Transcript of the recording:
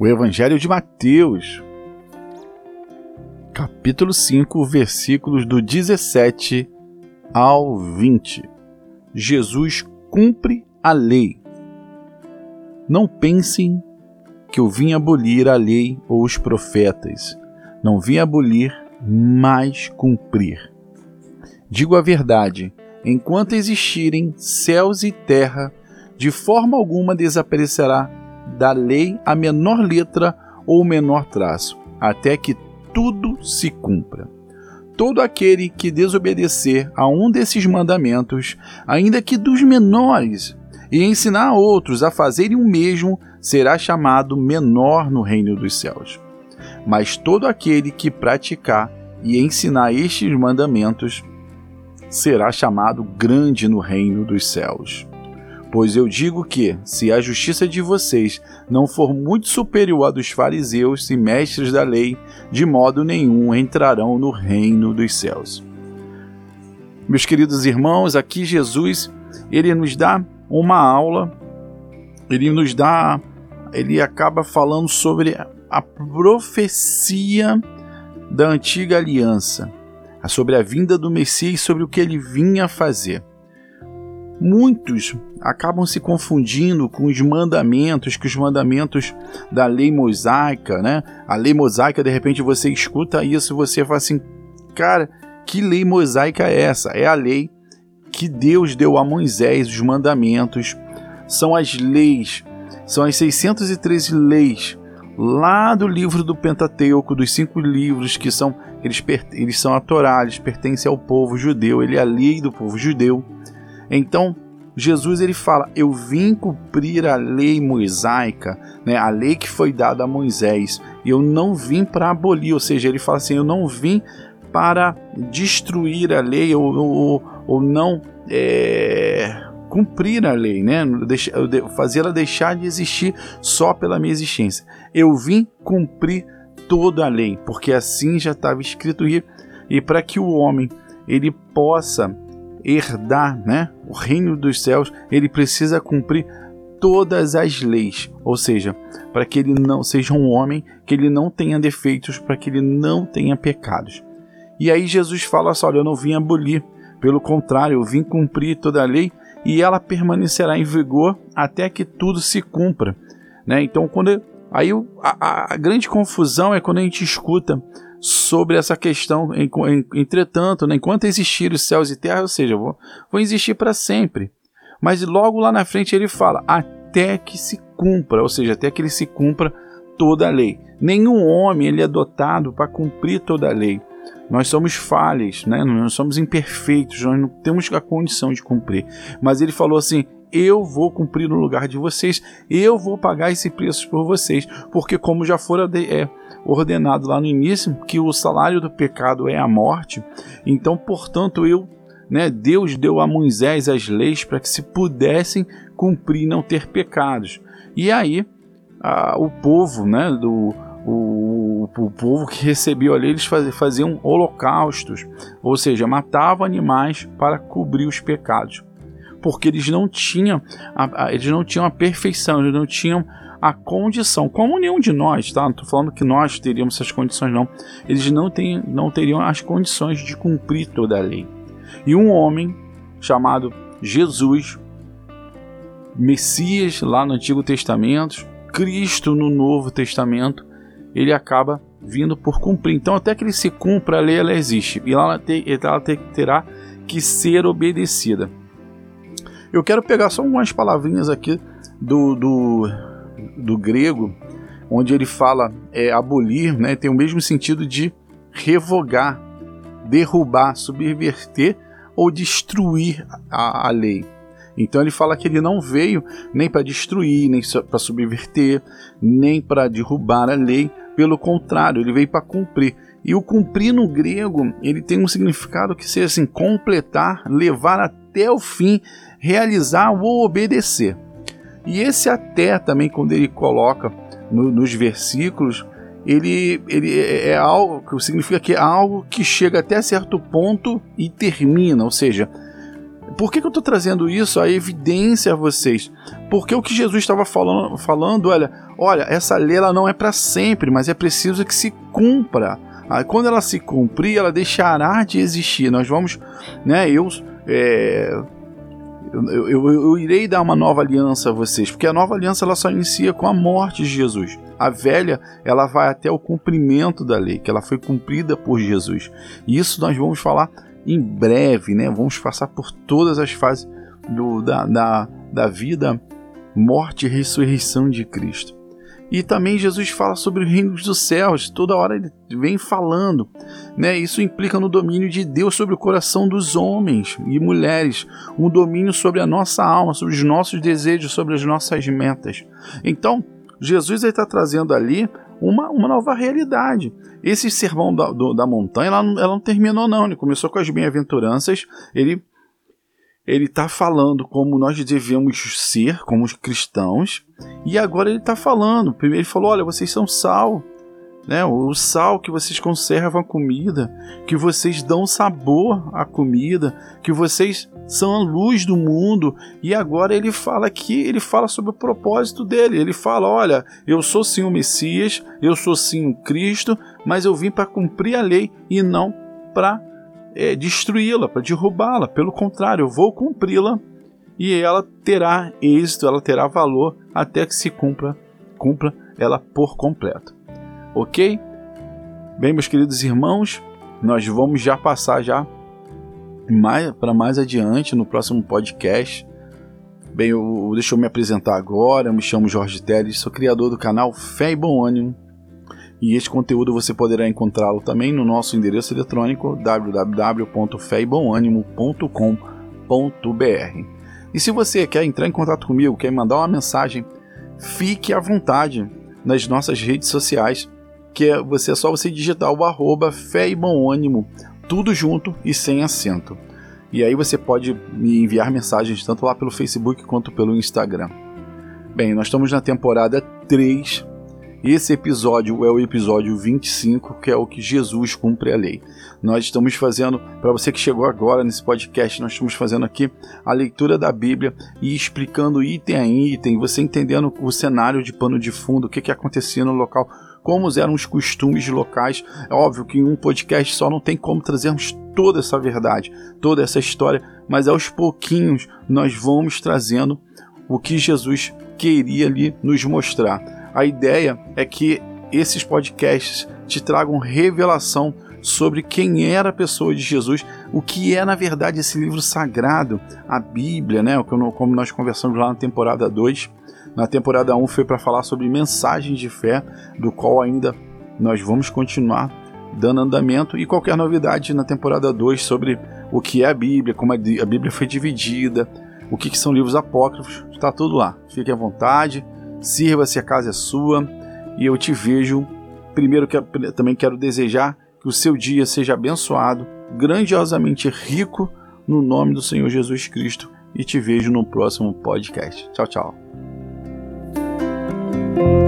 O Evangelho de Mateus, capítulo 5, versículos do 17 ao 20. Jesus cumpre a lei. Não pensem que eu vim abolir a lei ou os profetas. Não vim abolir, mas cumprir. Digo a verdade, enquanto existirem céus e terra, de forma alguma desaparecerá da lei a menor letra ou o menor traço, até que tudo se cumpra. Todo aquele que desobedecer a um desses mandamentos, ainda que dos menores, e ensinar a outros a fazerem o mesmo, será chamado menor no reino dos céus. Mas todo aquele que praticar e ensinar estes mandamentos será chamado grande no reino dos céus. Pois eu digo que, se a justiça de vocês não for muito superior à dos fariseus e mestres da lei, de modo nenhum entrarão no reino dos céus. Meus queridos irmãos, aqui Jesus, ele nos dá uma aula, ele acaba falando sobre a profecia da antiga aliança, sobre a vinda do Messias e sobre o que ele vinha fazer. Muitos acabam se confundindo com os mandamentos, da lei mosaica, né? A lei mosaica, de repente você escuta isso e você fala assim, cara, que lei mosaica é essa? É a lei que Deus deu a Moisés, os mandamentos, são as leis, são as 613 leis, lá do livro do Pentateuco, dos 5 livros que são, eles são a Torá, eles pertencem ao povo judeu, ele é a lei do povo judeu. Então, Jesus ele fala, eu vim cumprir a lei mosaica, né, a lei que foi dada a Moisés, eu não vim para abolir, ou seja, ele fala assim, eu não vim para destruir a lei ou não cumprir a lei, né, fazê-la deixar de existir só pela minha existência. Eu vim cumprir toda a lei, porque assim já estava escrito e para que o homem ele possa herdar, né, o reino dos céus, ele precisa cumprir todas as leis, ou seja, para que ele não seja um homem, que ele não tenha defeitos, para que ele não tenha pecados. E aí Jesus fala assim, olha, eu não vim abolir, pelo contrário, eu vim cumprir toda a lei e ela permanecerá em vigor até que tudo se cumpra, né? Então, a grande confusão é quando a gente escuta sobre essa questão, entretanto, né, enquanto existir os céus e terra, ou seja, vão existir para sempre. Mas logo lá na frente ele fala, até que se cumpra, ou seja, até que ele se cumpra toda a lei. Nenhum homem ele é dotado para cumprir toda a lei. Nós somos falhas, né? Nós somos imperfeitos, nós não temos a condição de cumprir. Mas ele falou assim, eu vou cumprir no lugar de vocês, eu vou pagar esse preço por vocês, porque como já fora ordenado lá no início, que o salário do pecado é a morte, então, portanto, Deus deu a Moisés as leis para que se pudessem cumprir e não ter pecados. E aí, o povo, né, o povo que recebeu a lei, eles faziam holocaustos, ou seja, matavam animais para cobrir os pecados. Porque eles não tinham a perfeição, eles não tinham a condição, como nenhum de nós, tá? Não estou falando que nós teríamos essas condições, não. Eles não teriam as condições de cumprir toda a lei. E um homem chamado Jesus, Messias lá no Antigo Testamento, Cristo no Novo Testamento, ele acaba vindo por cumprir. Então, até que ele se cumpra, a lei ela existe e ela terá que ser obedecida. Eu quero pegar só algumas palavrinhas aqui do grego, onde ele fala abolir, né, tem o mesmo sentido de revogar, derrubar, subverter ou destruir a lei. Então ele fala que ele não veio nem para destruir, nem para subverter, nem para derrubar a lei, pelo contrário, ele veio para cumprir. E o cumprir no grego, ele tem um significado que seja assim, completar, levar até o fim, realizar ou obedecer. E esse até também, quando ele coloca nos versículos, ele é algo que significa que é algo que chega até certo ponto e termina, ou seja, Por que eu estou trazendo isso, a evidência a vocês? Porque o que Jesus estava falando, olha, essa lei ela não é para sempre, mas é preciso que se cumpra. Quando ela se cumprir, ela deixará de existir. Nós vamos, né, eu irei dar uma nova aliança a vocês, porque a nova aliança ela só inicia com a morte de Jesus. A velha, ela vai até o cumprimento da lei, que ela foi cumprida por Jesus. E isso nós vamos falar em breve, né? Vamos passar por todas as fases da vida, morte e ressurreição de Cristo. E também Jesus fala sobre o reino dos céus, toda hora ele vem falando, né? Isso implica no domínio de Deus sobre o coração dos homens e mulheres, um domínio sobre a nossa alma, sobre os nossos desejos, sobre as nossas metas. Então, Jesus está trazendo ali uma nova realidade. Esse sermão da montanha, ela não terminou não, ele começou com as bem-aventuranças, ele está falando como nós devemos ser como cristãos, e agora ele está falando, primeiro ele falou, olha, vocês são sal, né? O sal que vocês conservam a comida, que vocês dão sabor à comida, que vocês são a luz do mundo. E agora ele fala aqui, ele fala sobre o propósito dele, ele fala, olha, eu sou sim o Messias, eu sou sim o Cristo, mas eu vim para cumprir a lei e não para destruí-la, para derrubá-la. Pelo contrário, eu vou cumpri-la e ela terá êxito, ela terá valor até que se cumpra ela por completo. Ok? Bem, meus queridos irmãos, nós vamos já passar para mais adiante no próximo podcast. Bem, deixa eu me apresentar agora. Eu me chamo Jorge Teles, sou criador do canal Fé e Bom Ânimo. E este conteúdo você poderá encontrá-lo também no nosso endereço eletrônico www.feibomânimo.com.br. E se você quer entrar em contato comigo, quer mandar uma mensagem, fique à vontade nas nossas redes sociais, que é só você digitar o @Fé e Bom Ânimo, tudo junto e sem acento. E aí você pode me enviar mensagens tanto lá pelo Facebook quanto pelo Instagram. Bem, nós estamos na temporada 3. Esse episódio é o episódio 25, que é o que Jesus cumpre a lei. Nós estamos fazendo, para você que chegou agora nesse podcast, nós estamos fazendo aqui a leitura da Bíblia e explicando item a item, você entendendo o cenário de pano de fundo, o que acontecia no local, como eram os costumes locais. É óbvio que em um podcast só não tem como trazermos toda essa verdade, toda essa história, mas aos pouquinhos nós vamos trazendo o que Jesus queria ali nos mostrar. A ideia é que esses podcasts te tragam revelação sobre quem era a pessoa de Jesus, o que é na verdade esse livro sagrado, a Bíblia, né? Como nós conversamos lá na temporada 2. Na temporada 1 foi para falar sobre mensagens de fé, do qual ainda nós vamos continuar dando andamento, e qualquer novidade na temporada 2 sobre o que é a Bíblia, como a Bíblia foi dividida, o que são livros apócrifos, está tudo lá. Fique à vontade. Sirva-se, a casa é sua, e eu te vejo. Primeiro, também quero desejar que o seu dia seja abençoado, grandiosamente rico, no nome do Senhor Jesus Cristo, e te vejo no próximo podcast. Tchau, tchau.